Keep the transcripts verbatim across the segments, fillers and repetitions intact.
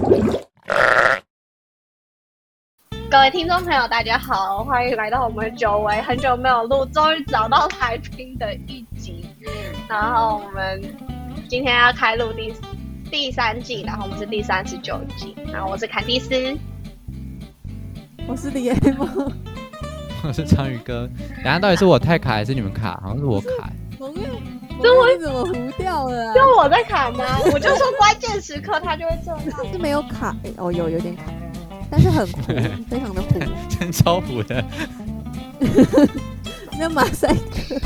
各位听众朋友，大家好，欢迎来到我们久违很久没有录，终于找到来宾的一集。然后我们今天要开录第第三季，然后我们是第三十九集。然后我是坎蒂斯， 我是李 M， 我是章鱼哥。等一下到底是我太卡还是你们卡？好像是我卡。 蒙面，蒙面怎么糊掉了、啊？ 是我在卡吗？我就说关键时刻它就会这样。 是没有卡、欸，哦，有有点卡。但是很糊，非常的糊， 真超糊的。 那马赛克，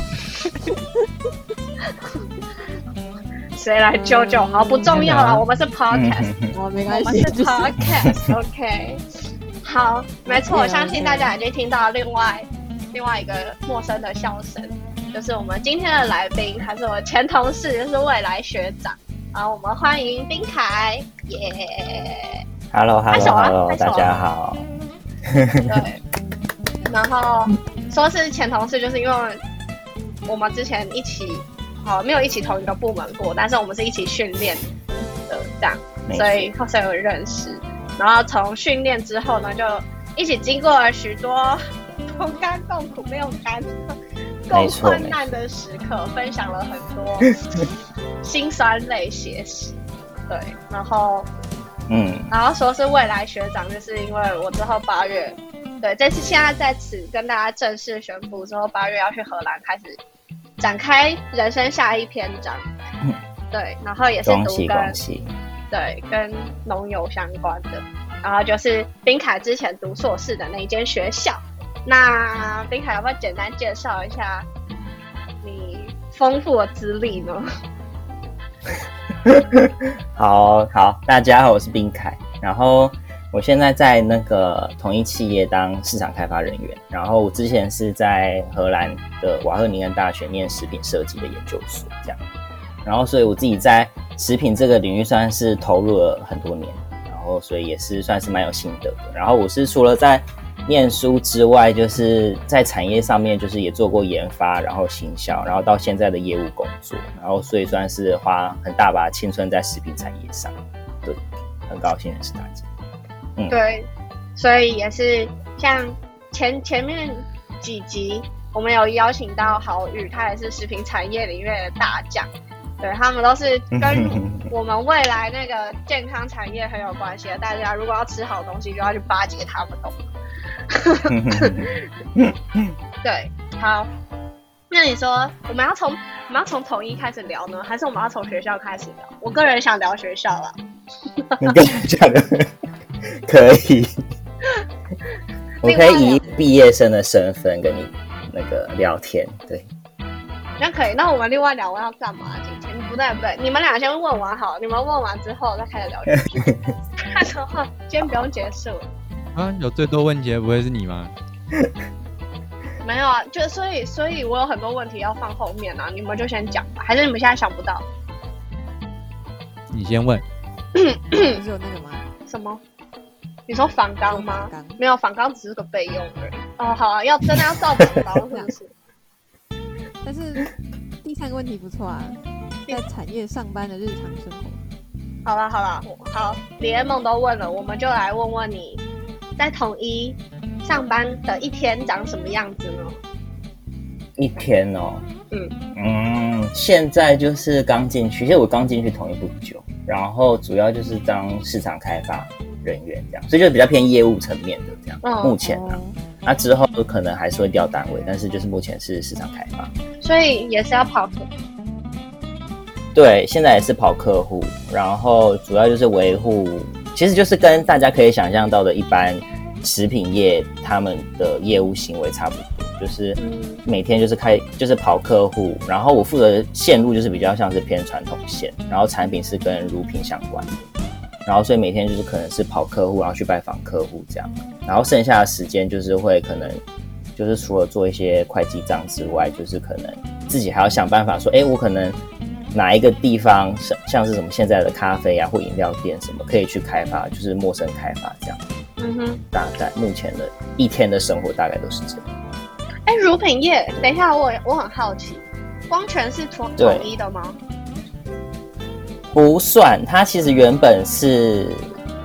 谁来救救？好，不重要了，我们是 podcast， 哦，没关系， 我们是 podcast，OK。好，没错，我相信大家已经听到另外另外一个陌生的笑声，就是我们今天的来宾，他是我前同事，就是未来学长。好，我们欢迎宾凯，耶、yeah Hello Hello Hello， 啊、 大家好。 对，然后说是前同事，就是因为我们之前一起，好没有一起同一个部门过，但是我们是一起训练的这样，所以所以有认识。然后从训练之后呢，就一起经过了许多同甘共苦，没有甘共患难的时刻，分享了很多辛酸泪血史。对，然后。嗯，然后说是未来学长，就是因为我之后八月，对，这次现在在此跟大家正式宣布，之后八月要去荷兰开始展开人生下一篇章。嗯、对，然后也是读跟对跟农游相关的，然后就是宾凯之前读硕士的那一间学校。那宾凯要不要简单介绍一下你丰富的资历呢？ 好好，大家好，我是宾凯。然后我现在在那个同一企业当市场开发人员。然后我之前是在荷兰的瓦赫宁根大学念食品设计的研究所，这样。然后所以我自己在食品这个领域算是投入了很多年，然后所以也是算是蛮有心得的。然后我是除了在念书之外，就是在产业上面就是也做过研发，然后行销，然后到现在的业务工作，然后所以算是花很大把青春在食品产业上。对，很高兴认识大家。 嗯，对，所以也是像前前面几集我们有邀请到豪宇，他也是食品产业领域的大将。对，他们都是跟我们未来那个健康产业很有关系的。大家如果要吃好东西，就要去巴结他们，懂吗？对，好，那你说我们要从我们要从统一开始聊呢，还是我们要从学校开始聊？我个人想聊学校啦。 你个人讲的可以，我可以以毕业生的身份跟你那个聊天，对。 那可以，那我们另外两位要干嘛？今天不对不对，你们俩先问完好，你们问完之后再开始聊天。看的话，今天不用结束了。 啊，有最多问题的不会是你吗？ 没有啊，就所以所以我有很多问题要放后面啊，你们就先讲吧，还是你们现在想不到？ 你先问。 不是有那个吗？ 什么？你说仿纲吗？没有，仿纲只是个备用而已。哦，好啊，要真的要照仿纲是不是？ 但是第三个问题不错啊，在产业上班的日常生活。 好了好了，好，连梦都问了，我们就来问问你，在统一上班的一天长什么样子呢？ 一天哦， 嗯嗯，现在就是刚进去，其实我刚进去统一不久，然后主要就是当市场开发人员这样，所以就比较偏业务层面的这样。哦、目前啊，那、哦啊、之后可能还是会调单位，但是就是目前是市场开发， 所以也是要跑客。 对，现在也是跑客户，然后主要就是维护，其实就是跟大家可以想象到的一般食品业他们的业务行为差不多，就是每天就是开就是跑客户，然后我负责的线路就是比较像是偏传统线，然后产品是跟乳品相关的，然后所以每天就是可能是跑客户，然后去拜访客户这样，然后剩下的时间就是会可能就是除了做一些会计账之外，就是可能自己还要想办法说，哎，我可能哪一个地方像是什么现在的咖啡啊或饮料店什么可以去开发，就是陌生开发这样。嗯哼，大概目前的一天的生活大概都是这样。 哎，乳品业，等一下我我很好奇，光泉是统统一的吗？ 不算，它其实原本是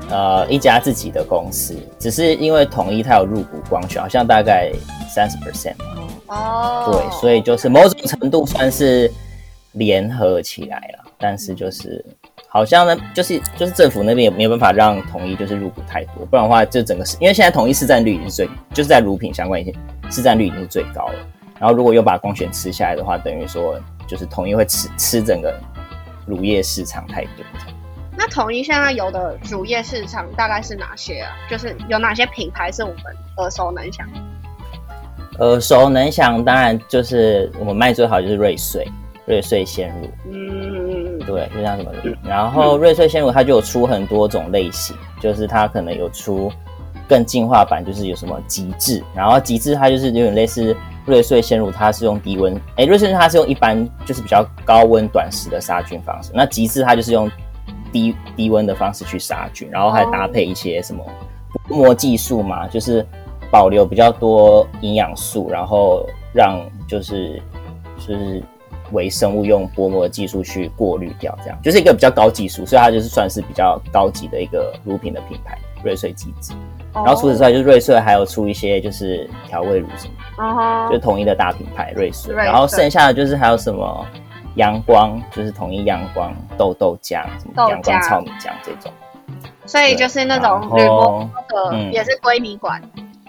呃一家自己的公司，只是因为统一它有入股光学，好像大概三十 percent。 哦， 对，所以就是某种程度算是联合起来了，但是就是好像呢，就是就是政府那边也没有办法让统一就是入股太多，不然的话就整个是因为现在统一市占率已经是最，就是在乳品相关一些市占率已经是最高了。然后如果又把光学吃下来的话，等于说就是统一会吃吃整个乳业市场太多。 那统一现在有的乳业市场大概是哪些啊？就是有哪些品牌是我们耳熟能详？ 耳熟能详，当然就是我们卖最好就是瑞穗，瑞穗鲜乳。 嗯， 对，就像什么，然后瑞穗鲜乳它就有出很多种类型，就是它可能有出更进化版，就是有什么极致，然后极致它就是有点类似瑞穗鲜乳，它是用低温，哎，瑞穗鲜乳它是用一般就是比较高温短时的杀菌方式，那极致它就是用低低温的方式去杀菌，然后还搭配一些什么薄膜技术嘛，就是保留比较多营养素，然后让就是就是微生物用薄膜的技术去过滤掉，这样就是一个比较高技术，所以它就是算是比较高级的一个乳品的品牌，瑞穗极致。然后除此之外，就是瑞穗还有出一些就是调味乳什么的， uh-huh. 就是统一的大品牌瑞穗。然后剩下的就是还有什么阳光，就是统一阳光豆豆浆，什么阳光糙米浆这种。 所以就是那种铝箔的也是归你管。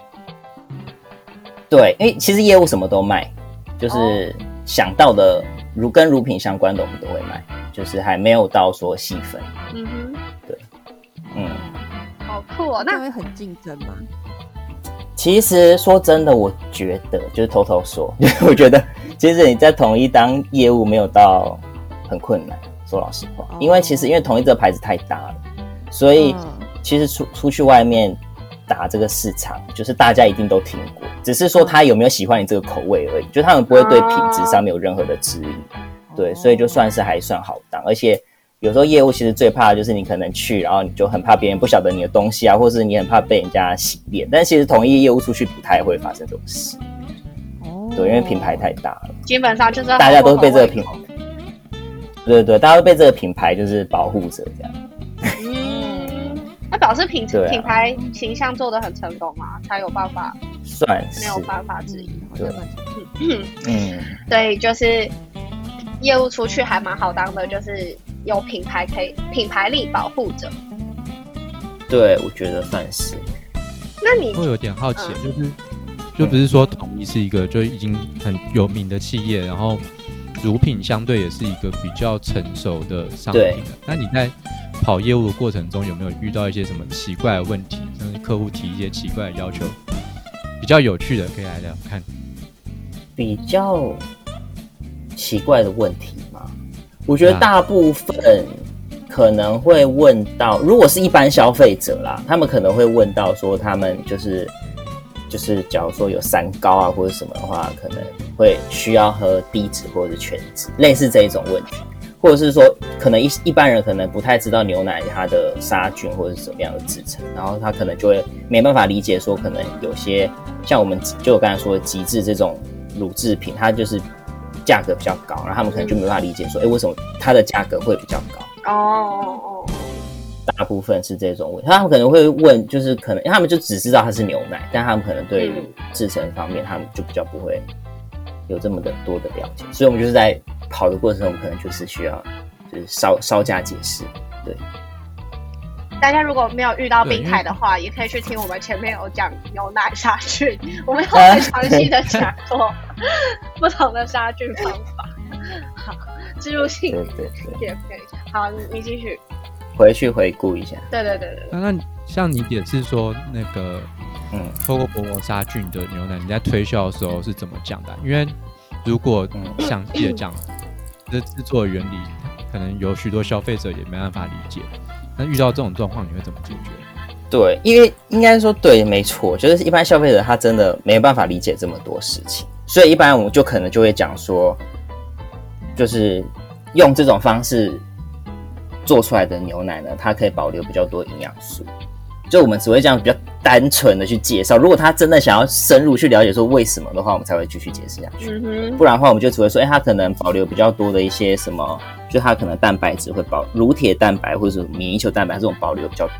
对，因为其实业务什么都卖，就是想到的如跟乳品相关的我们都会卖，就是还没有到说细分。 嗯哼， 对，嗯， 好酷哦。 那会很竞争吗？ 其实说真的，我觉得就是偷偷说，我觉得其实你在统一当业务没有到很困难，说老实话，哦、因为其实因为统一这个牌子太大了，所以其实出出去外面打这个市场，就是大家一定都听过，只是说他有没有喜欢你这个口味而已，就他们不会对品质上面有任何的质疑，对，所以就算是还算好当，而且有时候业务其实最怕的就是你可能去，然后你就很怕别人不晓得你的东西啊，或是你很怕被人家洗脸，但其实统一业务出去不太会发生这种事，对，因为品牌太大了， 基本上就是大家都被这个品牌，对对对，大家都被这个品牌就是保护着这样。 嗯，那表示品、啊、品牌形象做得很成功嘛，才有办法， 算是没有办法质疑， 对， 嗯嗯，所以就是业务出去还蛮好当的，就是有品牌可以品牌力保护着。 对，我觉得算是。 那你会有点好奇，嗯、就是就不是说统一是一个就已经很有名的企业，然后乳品相对也是一个比较成熟的商品了。那你在跑业务的过程中有没有遇到一些什么奇怪的问题？像是客户提一些奇怪的要求，比较有趣的可以来聊看。 比较奇怪的问题吗？我觉得大部分可能会问到，如果是一般消费者啦，他们可能会问到说，他们就是就是假如说有三高啊或者什么的话，可能会需要喝低脂或者是全脂，类似这一种问题。或者是说，可能一一般人可能不太知道牛奶它的杀菌或者是怎么样的制成，然后他可能就会没办法理解说，可能有些像我们就我刚才说的极致这种乳制品，它就是价格比较高，然后他们可能就没办法理解说，哎、欸，为什么它的价格会比较高？ 哦哦， 大部分是这种问题，他们可能会问，就是可能他们就只知道它是牛奶，但他们可能对于制成方面，他们就比较不会有这么的多的了解，所以我们就是在跑的过程中，我们可能就是需要就是稍稍加解释，对。 大家如果没有遇到病态的话，也可以去听我们前面有讲牛奶杀菌，我们有很详细的讲过不同的杀菌方法。好，植入性对对对， 也可以。好，你你继续回去回顾一下。 对对对对。 那那像你点是说那个，嗯，透过薄膜杀菌的牛奶，你在推销的时候是怎么讲的？因为如果详细的讲这制作原理，可能有许多消费者也没办法理解。那遇到这种状况，你会怎么解决？ 对，因为应该说对，没错，就是一般消费者他真的没办法理解这么多事情，所以一般我们就可能就会讲说，就是用这种方式做出来的牛奶呢，它可以保留比较多营养素。就我们只会这样比较单纯的去介绍，如果他真的想要深入去了解说为什么的话，我们才会继续解释下去。嗯、不然的话，我们就只会说，哎、欸，它可能保留比较多的一些什么，就它可能蛋白质会保乳铁蛋白或者是免疫球蛋白这种保留比较多，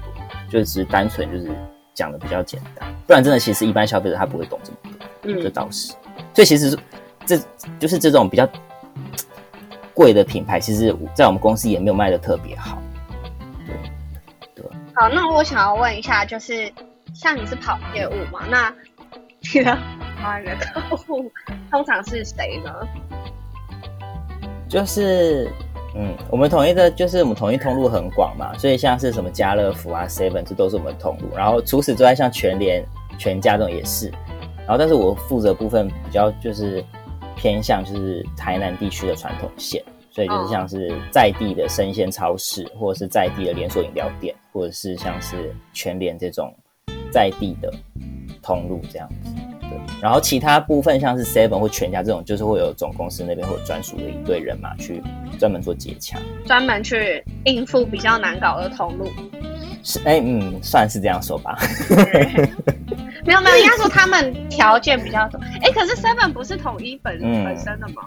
就只是单纯就是讲的比较简单，不然真的其实一般消费者他不会懂这么多，嗯，这倒是。所以其实这就是这种比较贵的品牌，其实在我们公司也没有卖的特别好。对，对。 好，那我想要问一下，就是像你是跑业务嘛，那你的你的客户通常是谁呢？ 就是，嗯，我们统一的，就是我们统一通路很广嘛，所以像是什么家乐福啊、seven 这都是我们的通路。然后除此之外，像全联、全家这种也是。然后，但是我负责部分比较就是偏向就是台南地区的传统线，所以就是像是在地的生鲜超市，或者是在地的连锁饮料店，或者是像是全联这种在地的通路这样子。对，然后其他部分像是 seven 或全家这种，就是会有总公司那边会有专属的一队人马去专门做接洽， 专门去应付比较难搞的通路。 是，哎，嗯，算是这样说吧。 没有没有，应该说他们条件比较多。哎，可是 seven 不是统一本、嗯、本身的吗？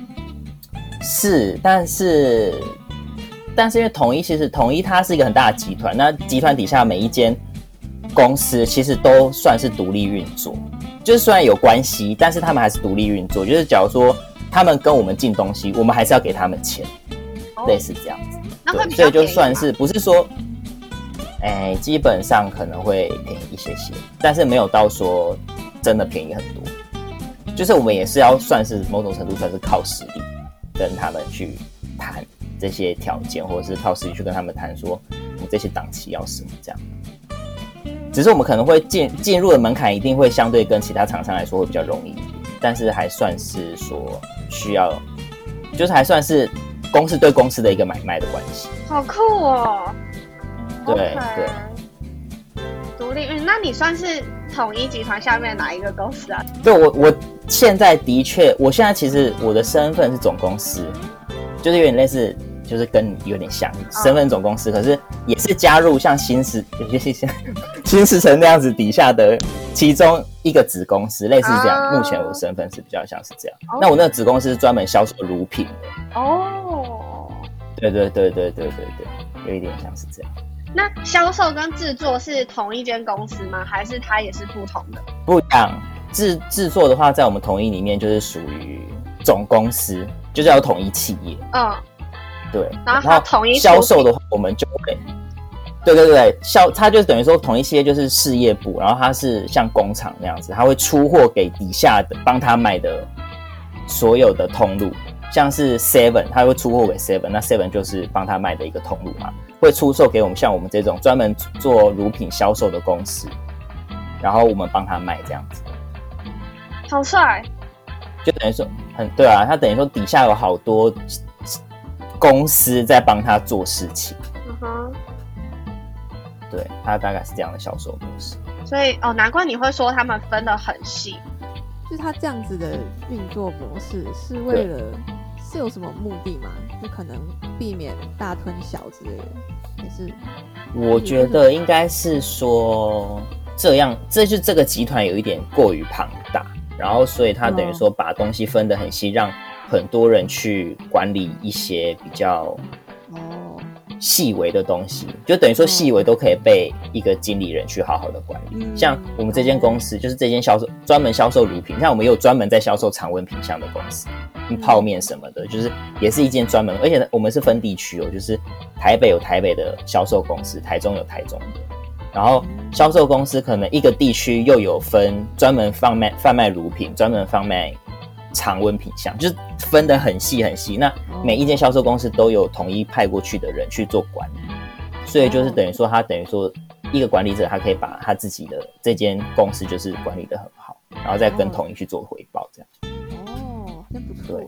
是，但是但是因为统一其实统一它是一个很大的集团，那集团底下每一间公司其实都算是独立运作。就是虽然有关系，但是他们还是独立运作。就是假如说他们跟我们进东西，我们还是要给他们钱，哦、类似这样子。 那会比较所以就算是不是说，哎，基本上可能会便宜一些些，但是没有到说真的便宜很多。就是我们也是要算是某种程度算是靠实力跟他们去谈这些条件，或者是靠实力去跟他们谈说我们这些档期要什么这样。只是我们可能会进进入的门槛一定会相对跟其他厂商来说会比较容易一点，但是还算是说需要，就是还算是公司对公司的一个买卖的关系。 好酷哦！ 对、 okay. 对， 独立运，那你算是统一集团下面哪一个公司啊？ 对，我我现在的确，我现在其实我的身份是总公司，就是有点类似。就是跟你有点像，身份总公司，可是也是加入像新时，有些像新时城那样子底下的其中一个子公司，类似这样。目前我的身份是比较像是这样。Okay. 那我那个子公司是专门销售乳品的。哦，对对对对对对对，有一点像是这样。 那销售跟制作是同一间公司吗？还是它也是不同的？ 不一样。制制作的话，在我们统一里面就是属于总公司，就叫统一企业。嗯。对， 然后它统一销售的话，我们就会，对对对，销它就等于说统一企业就是事业部，然后它是像工厂那样子，它会出货给底下的帮他卖的所有的通路，像是 seven， 它会出货给 seven， 那 seven 就是帮他卖的一个通路嘛，会出售给我们像我们这种专门做乳品销售的公司，然后我们帮他卖这样子。 好帅！ 就等于说很对啊，它等于说底下有好多公司在帮他做事情，嗯哼，对，他大概是这样的销售模式。 所以哦，难怪你会说他们分得很细， 就是他这样子的运作模式是为了是有什么目的吗？就可能避免大吞小之类的，还是？ 我觉得应该是说这样，这就这个集团有一点过于庞大，然后所以他等于说把东西分得很细，让很多人去管理一些比较细微的东西，就等于说细微都可以被一个经理人去好好的管理。嗯、像我们这间公司，就是这间销售专门销售乳品，像我们也有专门在销售常温品项的公司，泡面什么的，就是也是一间专门，而且我们是分地区哦，就是台北有台北的销售公司，台中有台中的，然后销售公司可能一个地区又有分专门贩卖贩卖乳品，专门贩卖常温品项，就是分得很细很细。那每一间销售公司都有统一派过去的人去做管理，所以就是等于说，他等于说一个管理者，他可以把他自己的这间公司就是管理得很好，然后再跟统一去做回报，这样。 哦，那不错。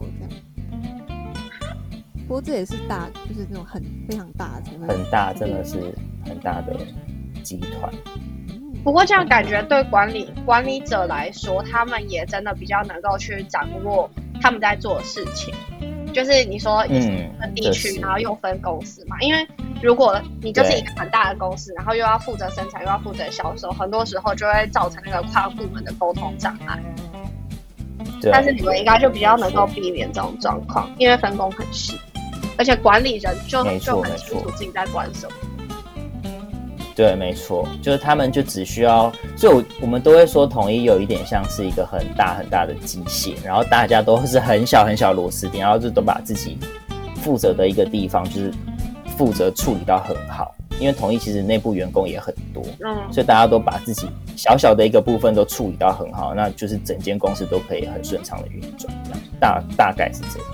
不过这也是大，就是那种很非常大的， 很大，真的是很大的集团。 不过这样感觉对管理管理者来说，他们也真的比较能够去掌握他们在做的事情。就是你说也是分地区、嗯，然后又分公司嘛。因为如果你就是一个很大的公司，然后又要负责生产，又要负责销售，很多时候就会造成那个跨部门的沟通障碍。但是你们应该就比较能够避免这种状况，因为分工很细，而且管理人就就很清楚自己在管什么。 对，没错，就是他们就只需要，所以我我们都会说统一有一点像是一个很大很大的机械，然后大家都是很小很小的螺丝钉，然后就都把自己负责的一个地方就是负责处理到很好。因为统一其实内部员工也很多，嗯，所以大家都把自己小小的一个部分都处理到很好，那就是整间公司都可以很顺畅的运转，大大概是这样。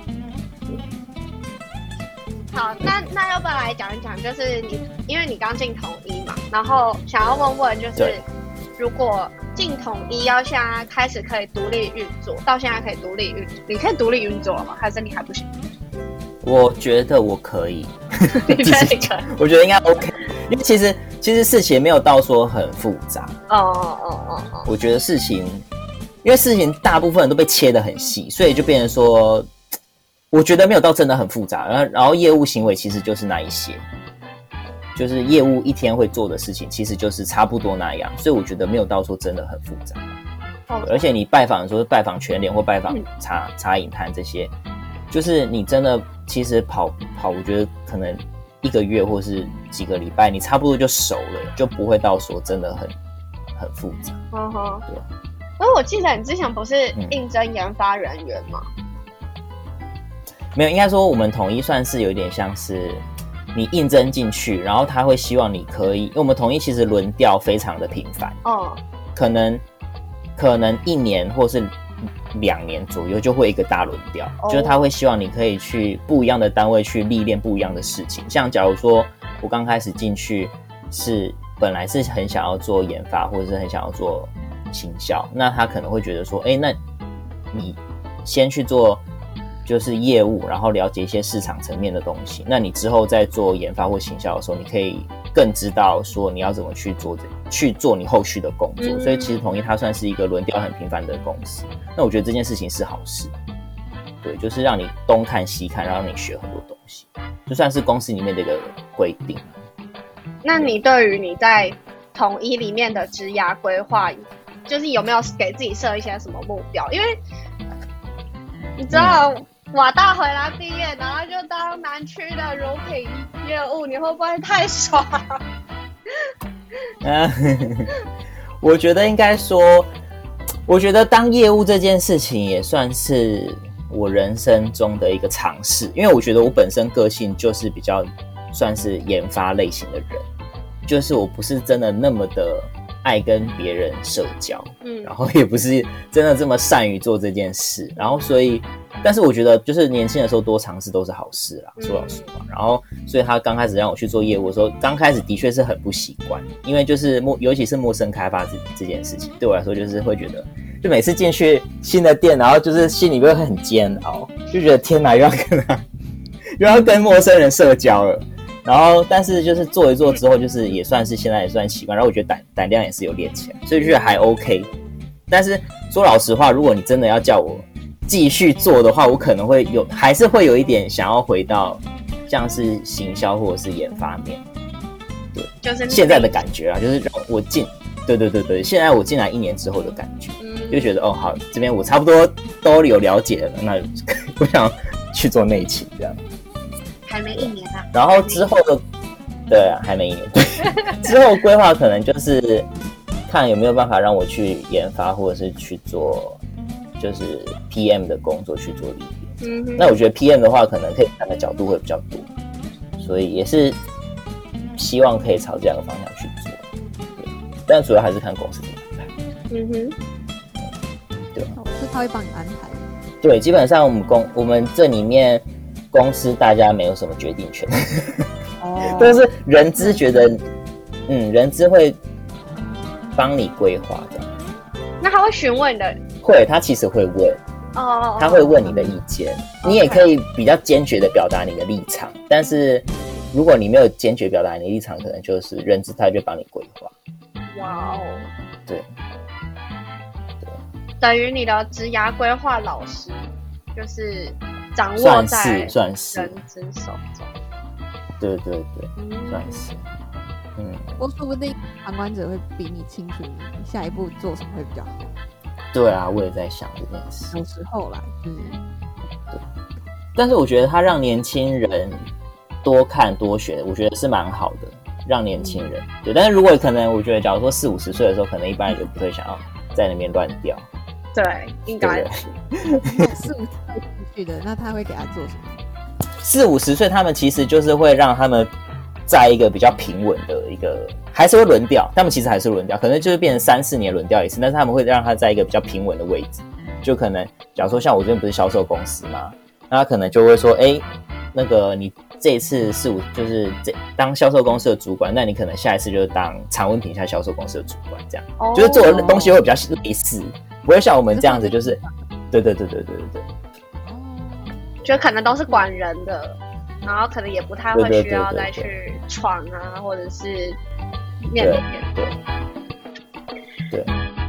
好，那那要不要来讲一讲，就是你因为你刚进统一嘛，然后想要问问，就是如果进统一要现在开始可以独立运作，到现在可以独立运，你可以独立运作了吗？还是你还不行？ 我觉得我可以， 你觉得你可以？ 我觉得应该 OK， 因为其实其实事情没有到说很复杂。 哦哦哦哦， 我觉得事情，因为事情大部分都被切得很细，所以就变成说，我觉得没有到真的很复杂。然后然后业务行为其实就是那一些，就是业务一天会做的事情，其实就是差不多那样，所以我觉得没有到说真的很复杂。 哦、 而且你拜访的时候是拜访全联或拜访茶、嗯、茶饮摊这些。就是你真的其实跑跑，我觉得可能一个月或是几个礼拜，你差不多就熟了，就不会到说真的很很复杂。 嗯哼， 对。 因为我记得你之前不是应征研发人员吗？ 嗯、没有，应该说我们统一算是有一点像是你应征进去，然后他会希望你可以，因为我们统一其实轮调非常的频繁，哦，可能可能一年或是两年左右就会一个大轮调， oh. 就是他会希望你可以去不一样的单位去历练不一样的事情。像假如说我刚开始进去是本来是很想要做研发或者是很想要做行销，那他可能会觉得说，哎，那你先去做就是业务，然后了解一些市场层面的东西，那你之后在做研发或行销的时候，你可以更知道说你要怎么去做去做你后续的工作。嗯、所以其实统一它算是一个轮调很频繁的公司，那我觉得这件事情是好事，对，就是让你东看西看，让你学很多东西，就算是公司里面的一个规定。 那你对于你在统一里面的职涯规划，就是有没有给自己设一些什么目标？因为你知道。嗯瓦大回来毕业，然后就当南区的乳品业务，你会不会太爽？ 啊，我觉得应该说，我觉得当业务这件事情也算是我人生中的一个尝试，因为我觉得我本身个性就是比较算是研发类型的人，就是我不是真的那么的爱跟别人社交，嗯，然后也不是真的这么善于做这件事，然后所以。但是我觉得，就是年轻的时候多尝试都是好事啦，说老实话。然后，所以他刚开始让我去做业务的时候，刚开始的确是很不习惯，因为就是陌，尤其是陌生开发这这件事情，对我来说就是会觉得，就每次进去新的店，然后就是心里会很煎熬，就觉得天哪，又要跟他，又要跟陌生人社交了。然后，但是就是做一做之后，就是也算是现在也算习惯，然后我觉得胆胆量也是有练起来，所以就觉得还 OK。但是说老实话，如果你真的要叫我继续做的话，我可能会有，还是会有一点想要回到像是行销或者是研发面，对，就是现在的感觉啊，就是让我进，对对对对，现在我进来一年之后的感觉，嗯、就觉得哦好，这边我差不多都有了解了，那我想去做内勤这样。 还没一年啊。 然后之后的，对啊，还没一年，对，之后规划可能就是看有没有办法让我去研发，或者是去做。就是 P M 的工作去做历练，嗯，那我觉得 P M 的话，可能可以看的角度会比较多，所以也是希望可以朝这样的方向去做，对，但主要还是看公司怎么安排。嗯哼，对， 是他会帮你安排。 对，基本上我们公我们这里面公司大家没有什么决定权，哦，都是人资觉得，嗯，人资会帮你规划这样。 那他会询问你的？ 会，他其实会问，哦，他会问你的意见， okay. 你也可以比较坚决的表达你的立场，但是如果你没有坚决表达你的立场，可能就是人资他就帮你规划。 哇哦， 对， 对，等于你的职涯规划老师，就是掌握在算是人资手中。 对对对，嗯、算是。 嗯，我说不定旁观者会比你清楚你下一步做什么会比较好。 对啊，我也在想这件事。 有时候啦，嗯， 对。但是我觉得他让年轻人多看多学，我觉得是蛮好的。 让年轻人对。但是如果可能，我觉得假如说四五十岁的时候，可能一般人就不会想要在那边乱掉。 对，应该四五十岁进去的，那他会给他做什么？ 四五十岁，他们其实就是会让他们在一个比较平稳的一个，还是会轮调，他们其实还是轮调，可能就是变成三四年轮调一次，但是他们会让他在一个比较平稳的位置。就可能，假如说像我这边不是销售公司嘛，那他可能就会说，哎，那个你这一次四五就是这当销售公司的主管，那你可能下一次就是当常温品项销售公司的主管，这样，哦、就是做的东西会比较类似，不会像我们这样子，就是，对对对对对对对， 就可能都是管人的，然后可能也不太会需要再去闯啊，或者是面对面对对。对